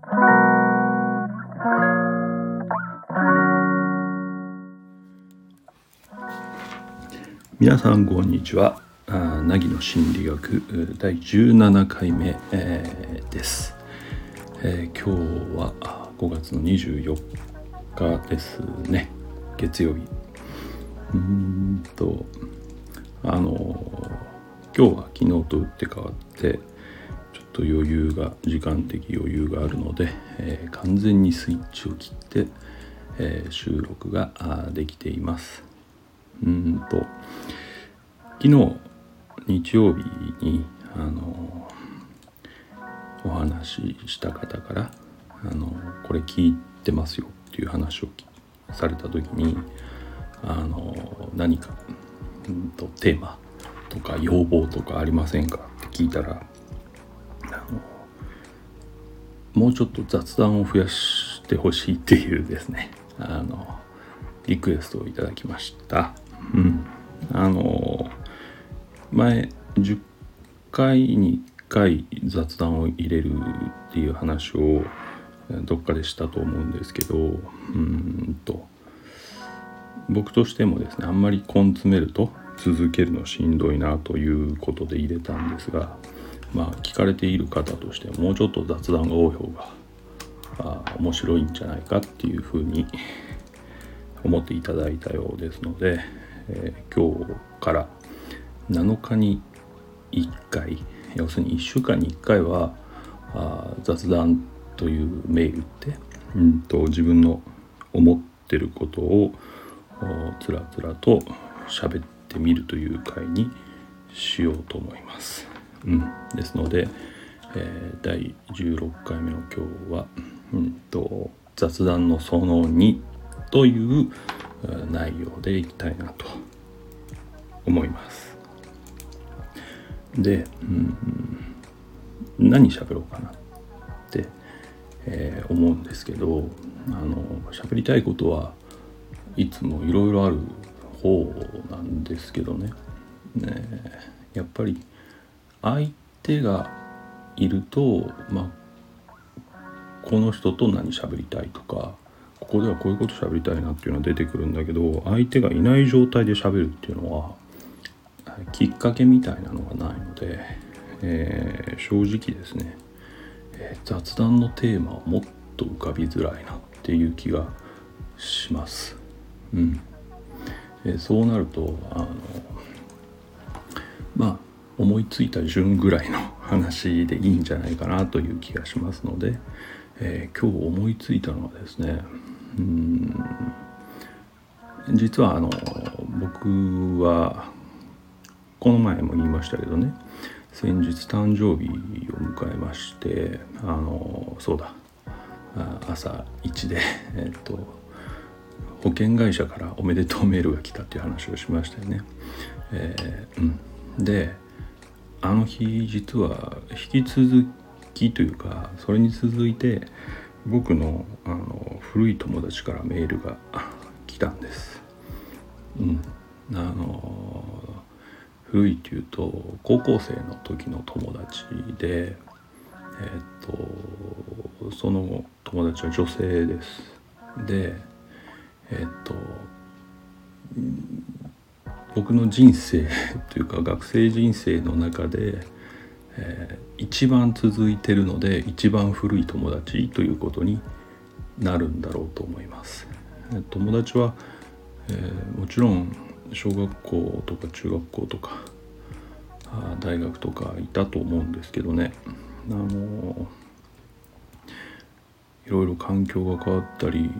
皆さんこんにちは。凪の心理学第17回目、です。今日は5月の24日ですね、月曜日。今日は昨日と打って変わってちょっと時間的余裕があるので、完全にスイッチを切って、収録ができています。昨日日曜日にお話しした方からこれ聞いてますよっていう話をされた時に何かテーマとか要望とかありませんかって聞いたらもうちょっと雑談を増やしてほしいっていうですねリクエストをいただきました。前10回に1回雑談を入れるっていう話をどっかでしたと思うんですけど、僕としてもですね、あんまり根詰めると続けるのしんどいなということで入れたんですが、聞かれている方としてもうちょっと雑談が多い方が面白いんじゃないかっていうふうに思っていただいたようですので、今日から7日に1回、要するに1週間に1回は雑談というメールで、自分の思ってることをつらつらと喋ってみるという回にしようと思います。ですので、第16回目の今日は、雑談のその2という内容でいきたいなと思います。で、何喋ろうかなって、思うんですけど、喋りたいことはいつもいろいろある方なんですけどね、やっぱり相手がいると、この人と何喋りたいとか、ここではこういうこと喋りたいなっていうのは出てくるんだけど、相手がいない状態で喋るっていうのはきっかけみたいなのがないので、正直ですね、雑談のテーマはもっと浮かびづらいなっていう気がします。そうなると思いついた順ぐらいの話でいいんじゃないかなという気がしますので、今日思いついたのはですね、実は僕はこの前も言いましたけどね、先日誕生日を迎えまして、朝一で保険会社からおめでとうメールが来たっていう話をしましたよね。で、あの日実は引き続きというか、それに続いて僕の古い友達からメールが来たんです。古いというと高校生の時の友達で、その友達は女性です。で、僕の人生というか学生人生の中で、一番続いてるので一番古い友達ということになるんだろうと思います。友達は、もちろん小学校とか中学校とか大学とかいたと思うんですけどね、いろいろ環境が変わったり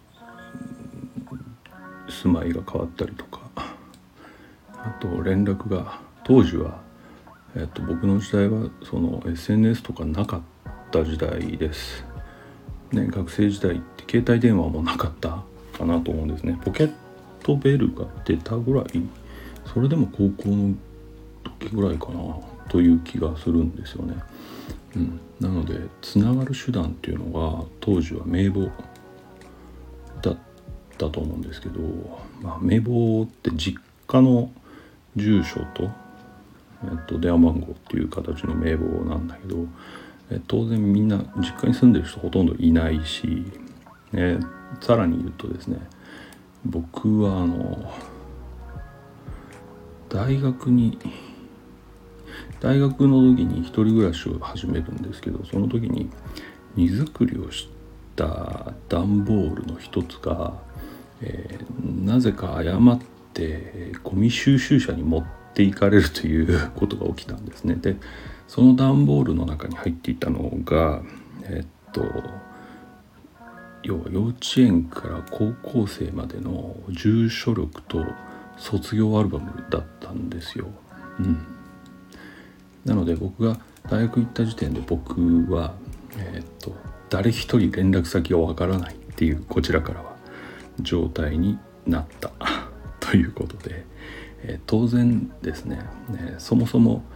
住まいが変わったりとか、あと連絡が当時は、僕の時代はその SNS とかなかった時代です、学生時代って携帯電話もなかったかなと思うんですね。ポケットベルが出たぐらい、それでも高校の時ぐらいかなという気がするんですよね。なのでつながる手段っていうのが当時は名簿だったと思うんですけど、名簿って実家の住所と、電話番号っていう形の名簿なんだけど、 当然みんな実家に住んでる人ほとんどいないし、さらに言うとですね、僕は大学の時に一人暮らしを始めるんですけど、その時に荷造りをした段ボールの一つが、なぜか誤ってゴミ収集車に持っていかれるということが起きたんですね。でその段ボールの中に入っていたのが要は幼稚園から高校生までの住所録と卒業アルバムだったんですよ。なので僕が大学行った時点で僕は、誰一人連絡先がわからないっていう、こちらからは状態になったということで、当然ですね、そもそも、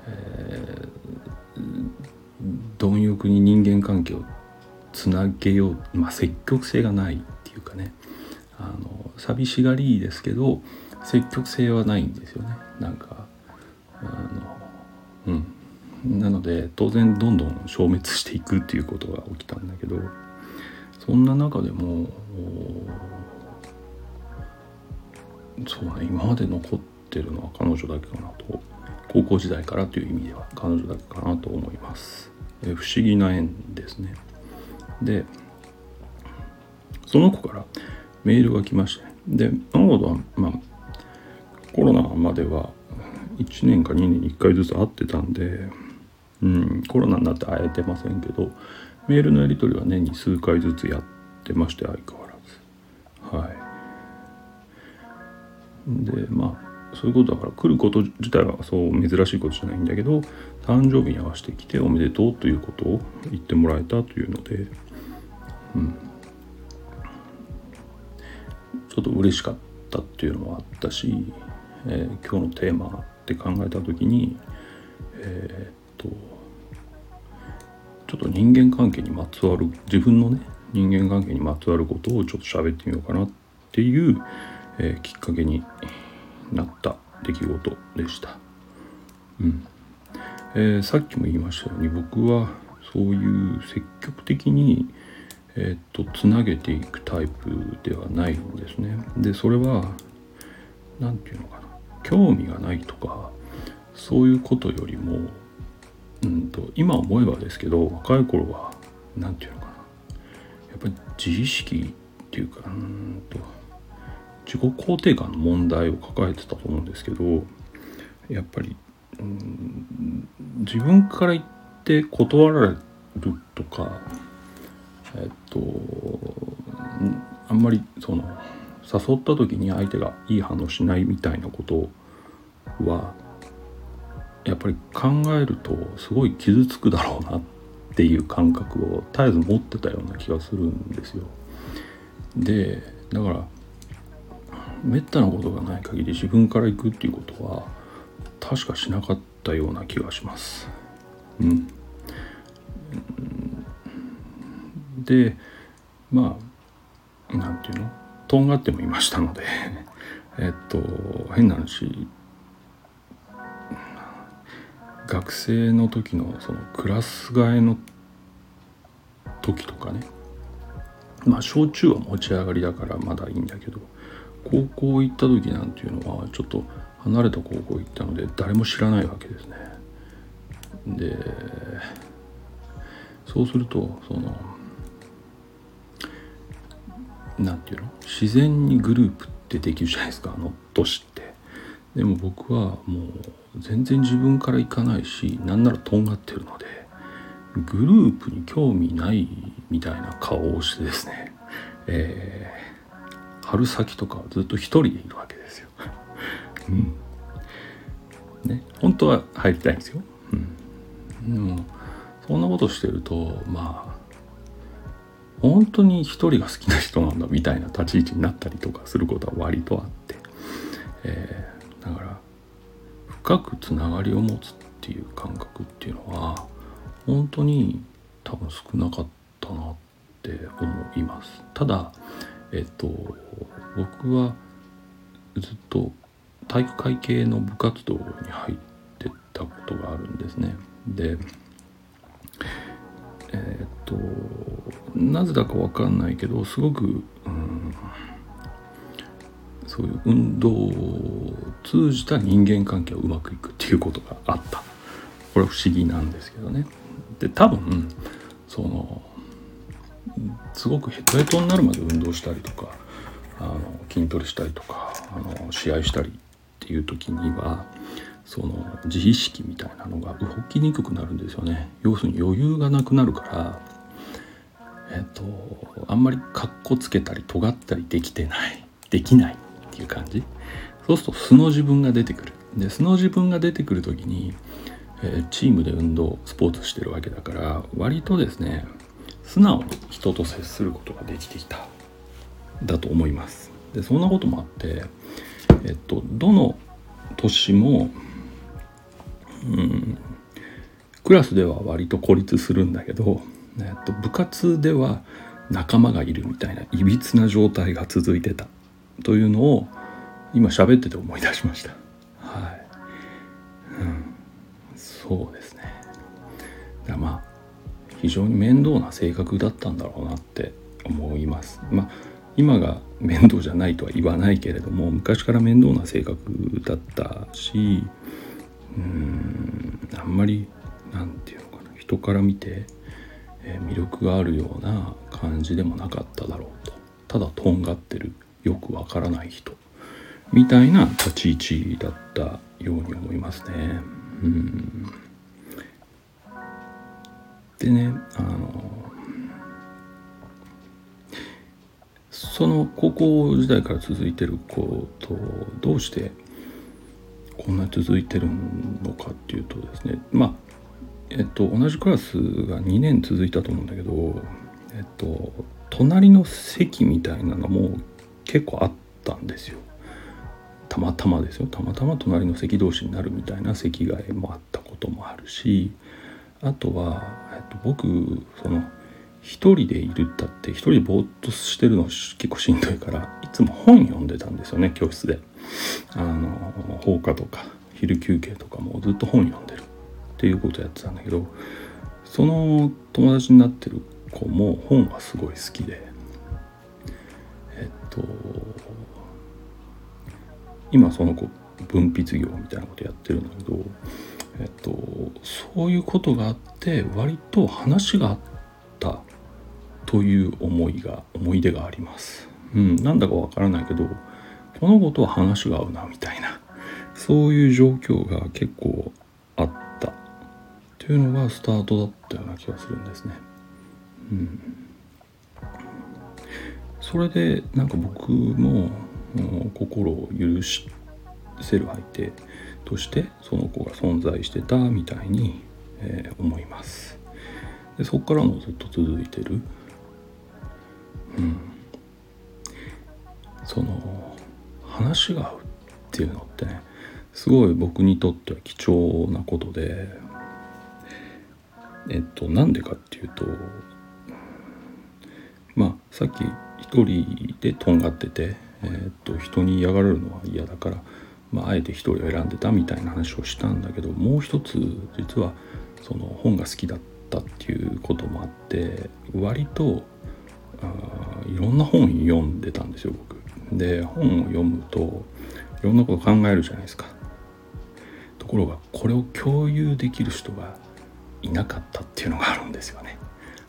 貪欲に人間関係をつなげよう、積極性がないっていうかね、寂しがりですけど積極性はないんですよね。なんかなので当然どんどん消滅していくっていうことが起きたんだけど、そんな中でもそうね、今まで残ってるのは彼女だけかなと、高校時代からという意味では彼女だけかなと思います。不思議な縁ですね。でその子からメールが来まして、でその子とはコロナまでは1年か2年に1回ずつ会ってたんで、コロナになって会えてませんけど、メールのやり取りは年に数回ずつやってまして、相変わらず。でそういうことだから、来ること自体はそう珍しいことじゃないんだけど、誕生日に合わせてきておめでとうということを言ってもらえたというので、ちょっと嬉しかったっていうのもあったし、今日のテーマって考えた時に、ちょっと人間関係にまつわる、自分のね人間関係にまつわることをちょっと喋ってみようかなっていう、きっかけになった出来事でした。さっきも言いましたように、僕はそういう積極的につなげていくタイプではないんですね。でそれはなんていうのかな、興味がないとかそういうことよりも、今思えばですけど、若い頃はなんていうのかな、やっぱり自意識っていうか、自己肯定感の問題を抱えてたと思うんですけど、やっぱり自分から言って断られるとか、あんまりその誘った時に相手がいい反応しないみたいなことはやっぱり考えるとすごい傷つくだろうなっていう感覚を絶えず持ってたような気がするんですよ。でだからめったなことがない限り自分から行くっていうことは確かしなかったような気がします。でなんていうの、とんがってもいましたので変な話、学生の時のそのクラス替えの時とかね、小中は持ち上がりだからまだいいんだけど、高校行った時なんていうのはちょっと離れた高校行ったので誰も知らないわけですね。でそうするとそのなんていうの、自然にグループってできるじゃないですか、あの年って。でも僕はもう全然自分から行かないし、なんならとんがってるのでグループに興味ないみたいな顔をしてですね、春先とかはずっと一人でいるわけですよ。本当は入りたいんですよ。でもそんなことしてると本当に一人が好きな人なんだみたいな立ち位置になったりとかすることは割とあって、だから深くつながりを持つっていう感覚っていうのは本当に多分少なかったなって思います。ただ僕はずっと体育会系の部活動に入ってたことがあるんですね。でなぜだか分かんないけどすごく、そういう運動を通じた人間関係がうまくいくっていうことがあった。これは不思議なんですけどね。で多分すごくヘトヘトになるまで運動したりとか筋トレしたりとか試合したりっていう時には自意識みたいなのが動きにくくなるんですよね。要するに余裕がなくなるから、あんまりカッコつけたり尖ったりできないっていう感じ。そうすると素の自分が出てくる。で素の自分が出てくる時に、チームでスポーツしてるわけだから割とですね素直に人と接することができていただと思います。でそんなこともあって、どの年も、クラスでは割と孤立するんだけど、部活では仲間がいるみたいないびつな状態が続いてたというのを今喋ってて思い出しました。はい、そうですね。だから非常に面倒な性格だったんだろうなって思います。今が面倒じゃないとは言わないけれども昔から面倒な性格だったし、あんまりなんていうのかな、人から見て、魅力があるような感じでもなかっただろうと。ただとんがってるよくわからない人みたいな立ち位置だったように思いますね。でねその高校時代から続いてることどうしてこんなに続いてるのかっていうとですね、同じクラスが2年続いたと思うんだけど、隣の席みたいなのも結構あったんですよ。たまたまですよ。たまたま隣の席同士になるみたいな席替えもあったこともあるし、あとは、僕一人でいるったって一人でぼーっとしてるの結構しんどいからいつも本読んでたんですよね。教室で放課とか昼休憩とかもずっと本読んでるっていうことをやってたんだけど、その友達になってる子も本がすごい好きで、今その子文筆業みたいなことやってるんだけど、そういうことがあって割と話があったという思い出があります。なんだかわからないけどこの子とは話が合うなみたいなそういう状況が結構あったっていうのがスタートだったような気がするんですね。それでなんか僕も心を許せる相手としてその子が存在してたみたいに、思います。でそこからもずっと続いてる、話が合うっていうのってねすごい僕にとっては貴重なことで、なんでかっていうとさっき一人でとんがってて、人に嫌がられるのは嫌だから、あえて一人を選んでたみたいな話をしたんだけど、もう一つ実はその本が好きだったっていうこともあって割といろんな本読んでたんですよ僕。で本を読むといろんなこと考えるじゃないですか。ところがこれを共有できる人がいなかったっていうのがあるんですよね。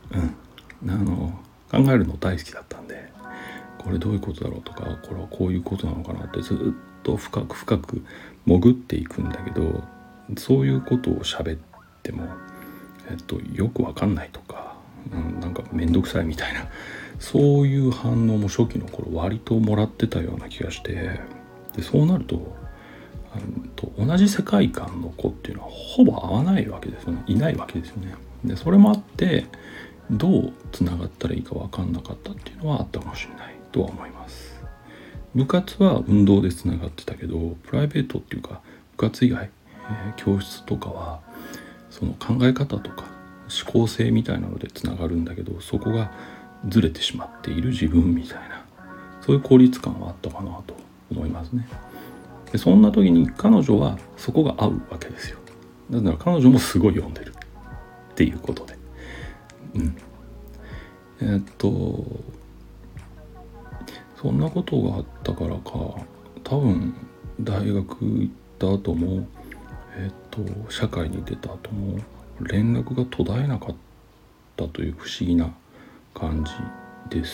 考えるの大好きだったんでこれどういうことだろうとかこれはこういうことなのかなってずっと深く潜っていくんだけど、そういうことを喋っても、よくわかんないとか、なんかめんどくさいみたいなそういう反応も初期の頃割ともらってたような気がして、でそうなると同じ世界観の子っていうのはほぼ合わないわけですよね。いないわけですよね。でそれもあってどうつながったらいいか分かんなかったっていうのはあったかもしれないとは思います。部活は運動でつながってたけどプライベートっていうか部活以外、教室とかはその考え方とか思考性みたいなのでつながるんだけど、そこがずれてしまっている自分みたいなそういう孤立感はあったかなと思いますね。でそんな時に彼女はそこが合うわけですよ。だから彼女もすごい読んでるっていうことで、 そんなことがあったからか、多分大学行った後も社会に出た後も連絡が途絶えなかったという不思議な感じです。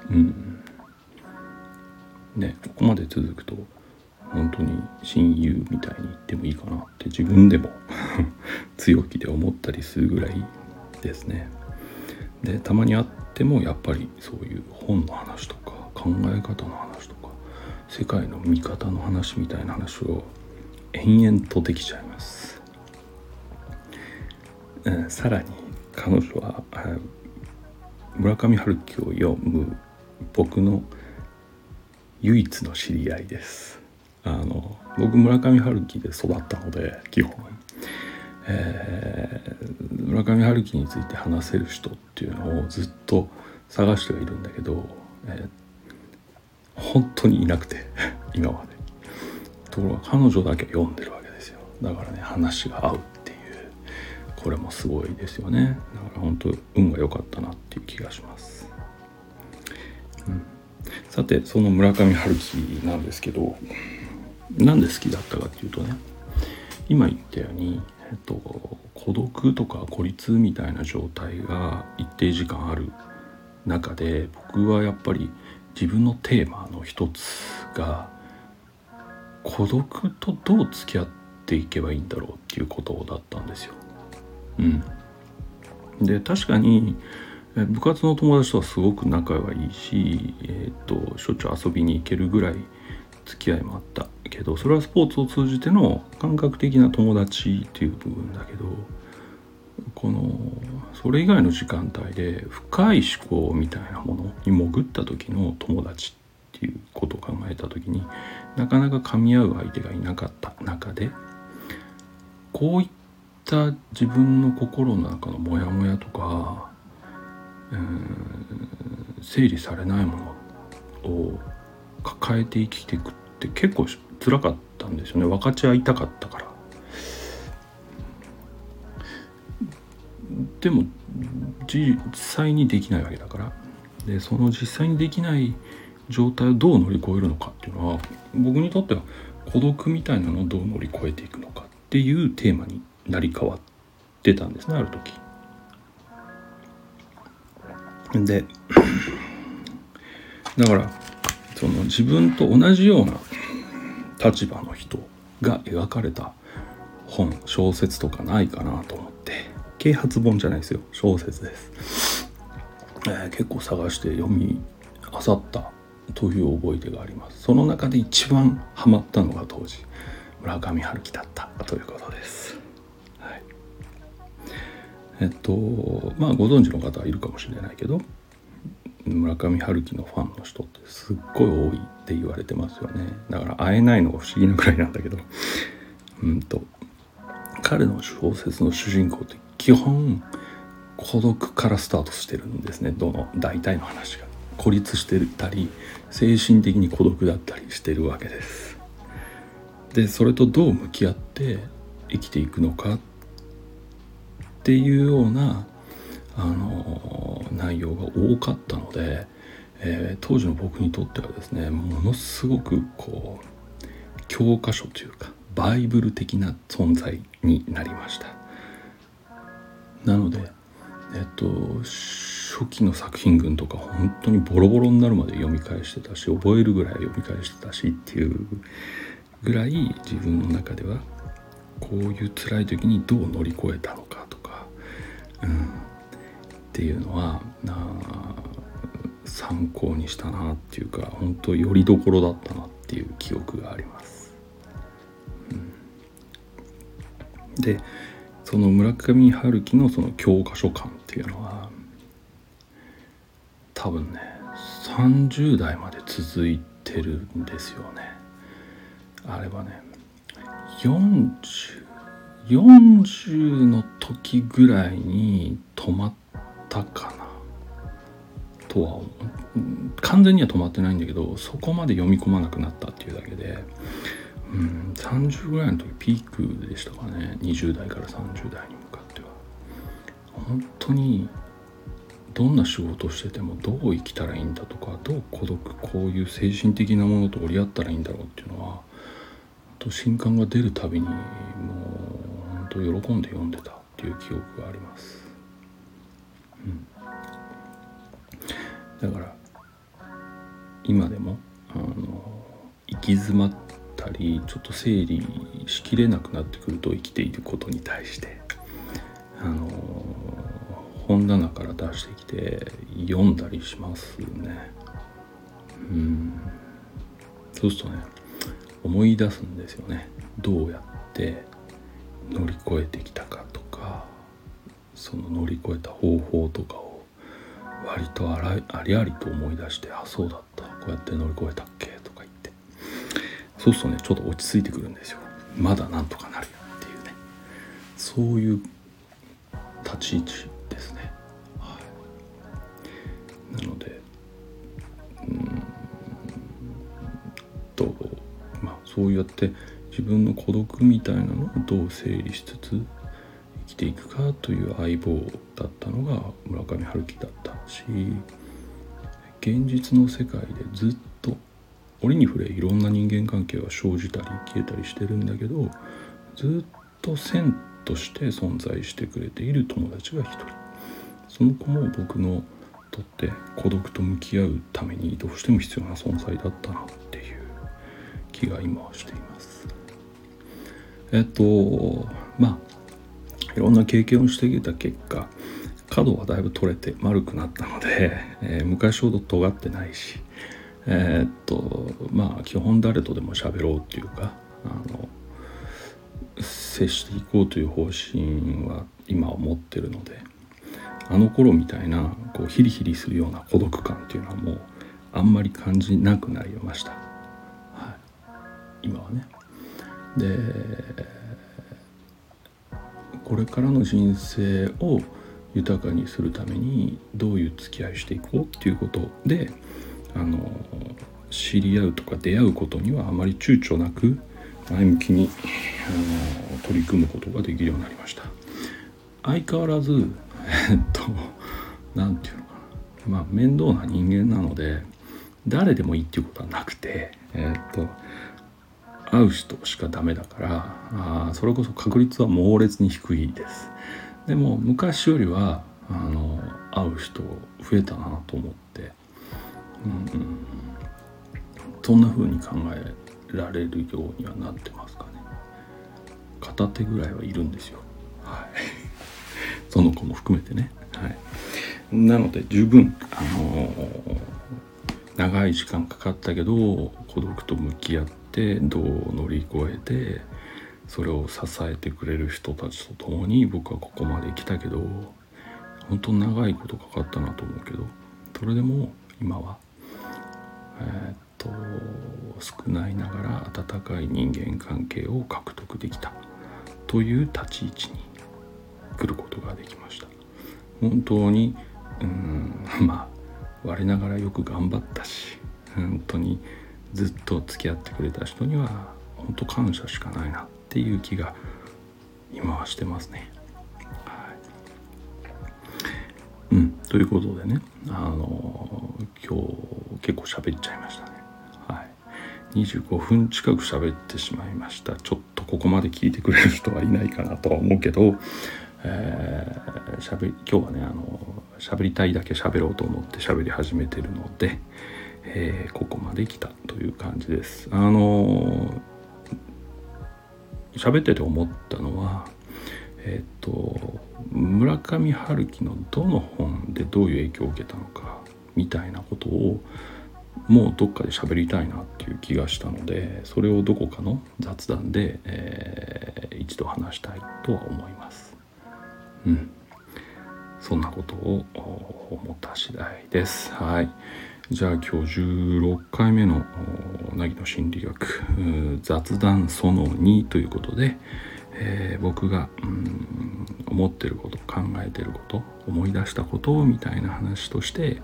ね、ここまで続くと本当に親友みたいに言ってもいいかなって自分でも強気で思ったりするぐらいですね。でたまに会ってもやっぱりそういう本の話とか考え方の話とか世界の見方の話みたいな話を延々とできちゃいます。さらに彼女は村上春樹を読む僕の唯一の知り合いです。僕村上春樹で育ったので基本、村上春樹について話せる人っていうのをずっと探してはいるんだけど、本当にいなくて今まで。ところが彼女だけ読んでるわけですよ。だからね、話が合うっていう、これもすごいですよね。だから本当運が良かったなっていう気がします。さてその村上春樹なんですけど、なんで好きだったかっていうとね、今言ったように、孤独とか孤立みたいな状態が一定時間ある中で、僕はやっぱり自分のテーマの一つが孤独とどう付き合っていけばいいんだろうっていうことだったんですよ。で確かに部活の友達とはすごく仲はいいし、しょっちゅう遊びに行けるぐらい付き合いもあったけど、それはスポーツを通じての感覚的な友達っていう部分だけど、それ以外の時間帯で深い思考みたいなものに潜った時の友達っていうことを考えた時に、なかなか噛み合う相手がいなかった中で、こういった自分の心の中のモヤモヤとか整理されないものを抱えて生きていくって結構辛かったんですよね。分かち合いたかったから。でも実際にできないわけだから、でその実際にできない状態をどう乗り越えるのかっていうのは、僕にとっては孤独みたいなのをどう乗り越えていくのかっていうテーマになり変わってたんですね、ある時で。だからその自分と同じような立場の人が描かれた本、小説とかないかなと思って、啓発本じゃないですよ、小説です。結構探して読み漁ったという思い出があります。その中で一番ハマったのが当時村上春樹だったということです。ご存知の方はいるかもしれないけど、村上春樹のファンの人ってすっごい多いって言われてますよね。だから会えないのが不思議なくらいなんだけど、彼の小説の主人公って基本孤独からスタートしてるんですね。大体の話が孤立してたり精神的に孤独だったりしてるわけです。でそれとどう向き合って生きていくのかっていうような内容が多かったので、当時の僕にとってはですね、ものすごく教科書というかバイブル的な存在になりました。なので、初期の作品群とか本当にボロボロになるまで読み返してたし、覚えるぐらい読み返してたしっていうぐらい、自分の中ではこういう辛い時にどう乗り越えたのかとか、っていうのは参考にしたなっていうか、本当よりどころだったなっていう記憶があります。でその村上春樹のその教科書感っていうのは多分ね30代まで続いてるんですよね。あれはね40の時ぐらいに止まったかなとは思う。完全には止まってないんだけど、そこまで読み込まなくなったっていうだけで、30ぐらいの時ピークでしたかね。20代から30代に向かっては本当にどんな仕事をしててもどう生きたらいいんだとか、どう孤独、こういう精神的なものと折り合ったらいいんだろうっていうのは新刊が出るたびにもう本当喜んで読んでたっていう記憶があります。だから今でも行き詰まったりちょっと整理しきれなくなってくると、生きていることに対して本棚から出してきて読んだりしますね。そうするとね、思い出すんですよね。どうやって乗り越えてきたかとか、その乗り越えた方法とかを割とありありと思い出して、あ、そうだった、こうやって乗り越えたっけとか言って、そうするとね、ちょっと落ち着いてくるんですよ。まだなんとかなるよっていうね、そういう立ち位置ですね。なのでそうやって自分の孤独みたいなのをどう整理しつつ生きていくかという相棒だったのが村上春樹だったし、現実の世界でずっと折に触れいろんな人間関係は生じたり消えたりしてるんだけど、ずっと線として存在してくれている友達が一人、その子も僕のとって孤独と向き合うためにどうしても必要な存在だったなっていう気が今はしています。いろんな経験をしてきた結果、角はだいぶ取れて丸くなったので、昔ほど尖ってないし、基本誰とでも喋ろうっていうか接していこうという方針は今は持ってるので、あの頃みたいなこうヒリヒリするような孤独感っていうのはもうあんまり感じなくなりました。今はね。で、これからの人生を豊かにするためにどういう付き合いしていこうっていうことで知り合うとか出会うことにはあまり躊躇なく前向きに取り組むことができるようになりました。相変わらずなんていうのかな、面倒な人間なので誰でもいいっていうことはなくて、会う人しかダメだからそれこそ確率は猛烈に低いです。でも昔よりは会う人増えたなと思って、そんな風に考えられるようにはなってますかね。片手ぐらいはいるんですよ。その子も含めてね。なので十分長い時間かかったけど孤独と向き合ってどう乗り越えてそれを支えてくれる人たちと共に僕はここまで来たけど、本当長いことかかったなと思うけど、それでも今は少ないながら温かい人間関係を獲得できたという立ち位置に来ることができました。本当に我ながらよく頑張ったし、本当にずっと付き合ってくれた人には本当感謝しかないなっていう気が今はしてますね。ということでね、今日結構喋っちゃいましたね。25分近く喋ってしまいました。ちょっとここまで聞いてくれる人はいないかなとは思うけど、今日はね喋りたいだけ喋ろうと思って喋り始めてるので、ここまで来たという感じです。喋ってて思ったのは村上春樹のどの本でどういう影響を受けたのかみたいなことをもうどっかで喋りたいなっていう気がしたので、それをどこかの雑談で、一度話したいとは思います。そんなことを思った次第です。じゃあ今日16回目の凪の心理学雑談その2ということで、僕が思ってること考えてること思い出したことみたいな話として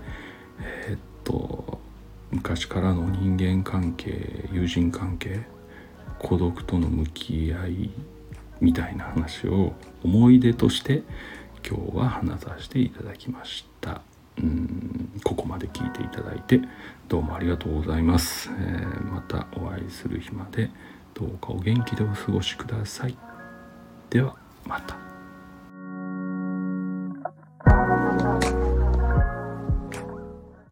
昔からの人間関係友人関係孤独との向き合いみたいな話を思い出として今日は話させていただきました。 ここまで聞いていただいてどうもありがとうございます。またお会いする日までどうかお元気でお過ごしください。ではまた。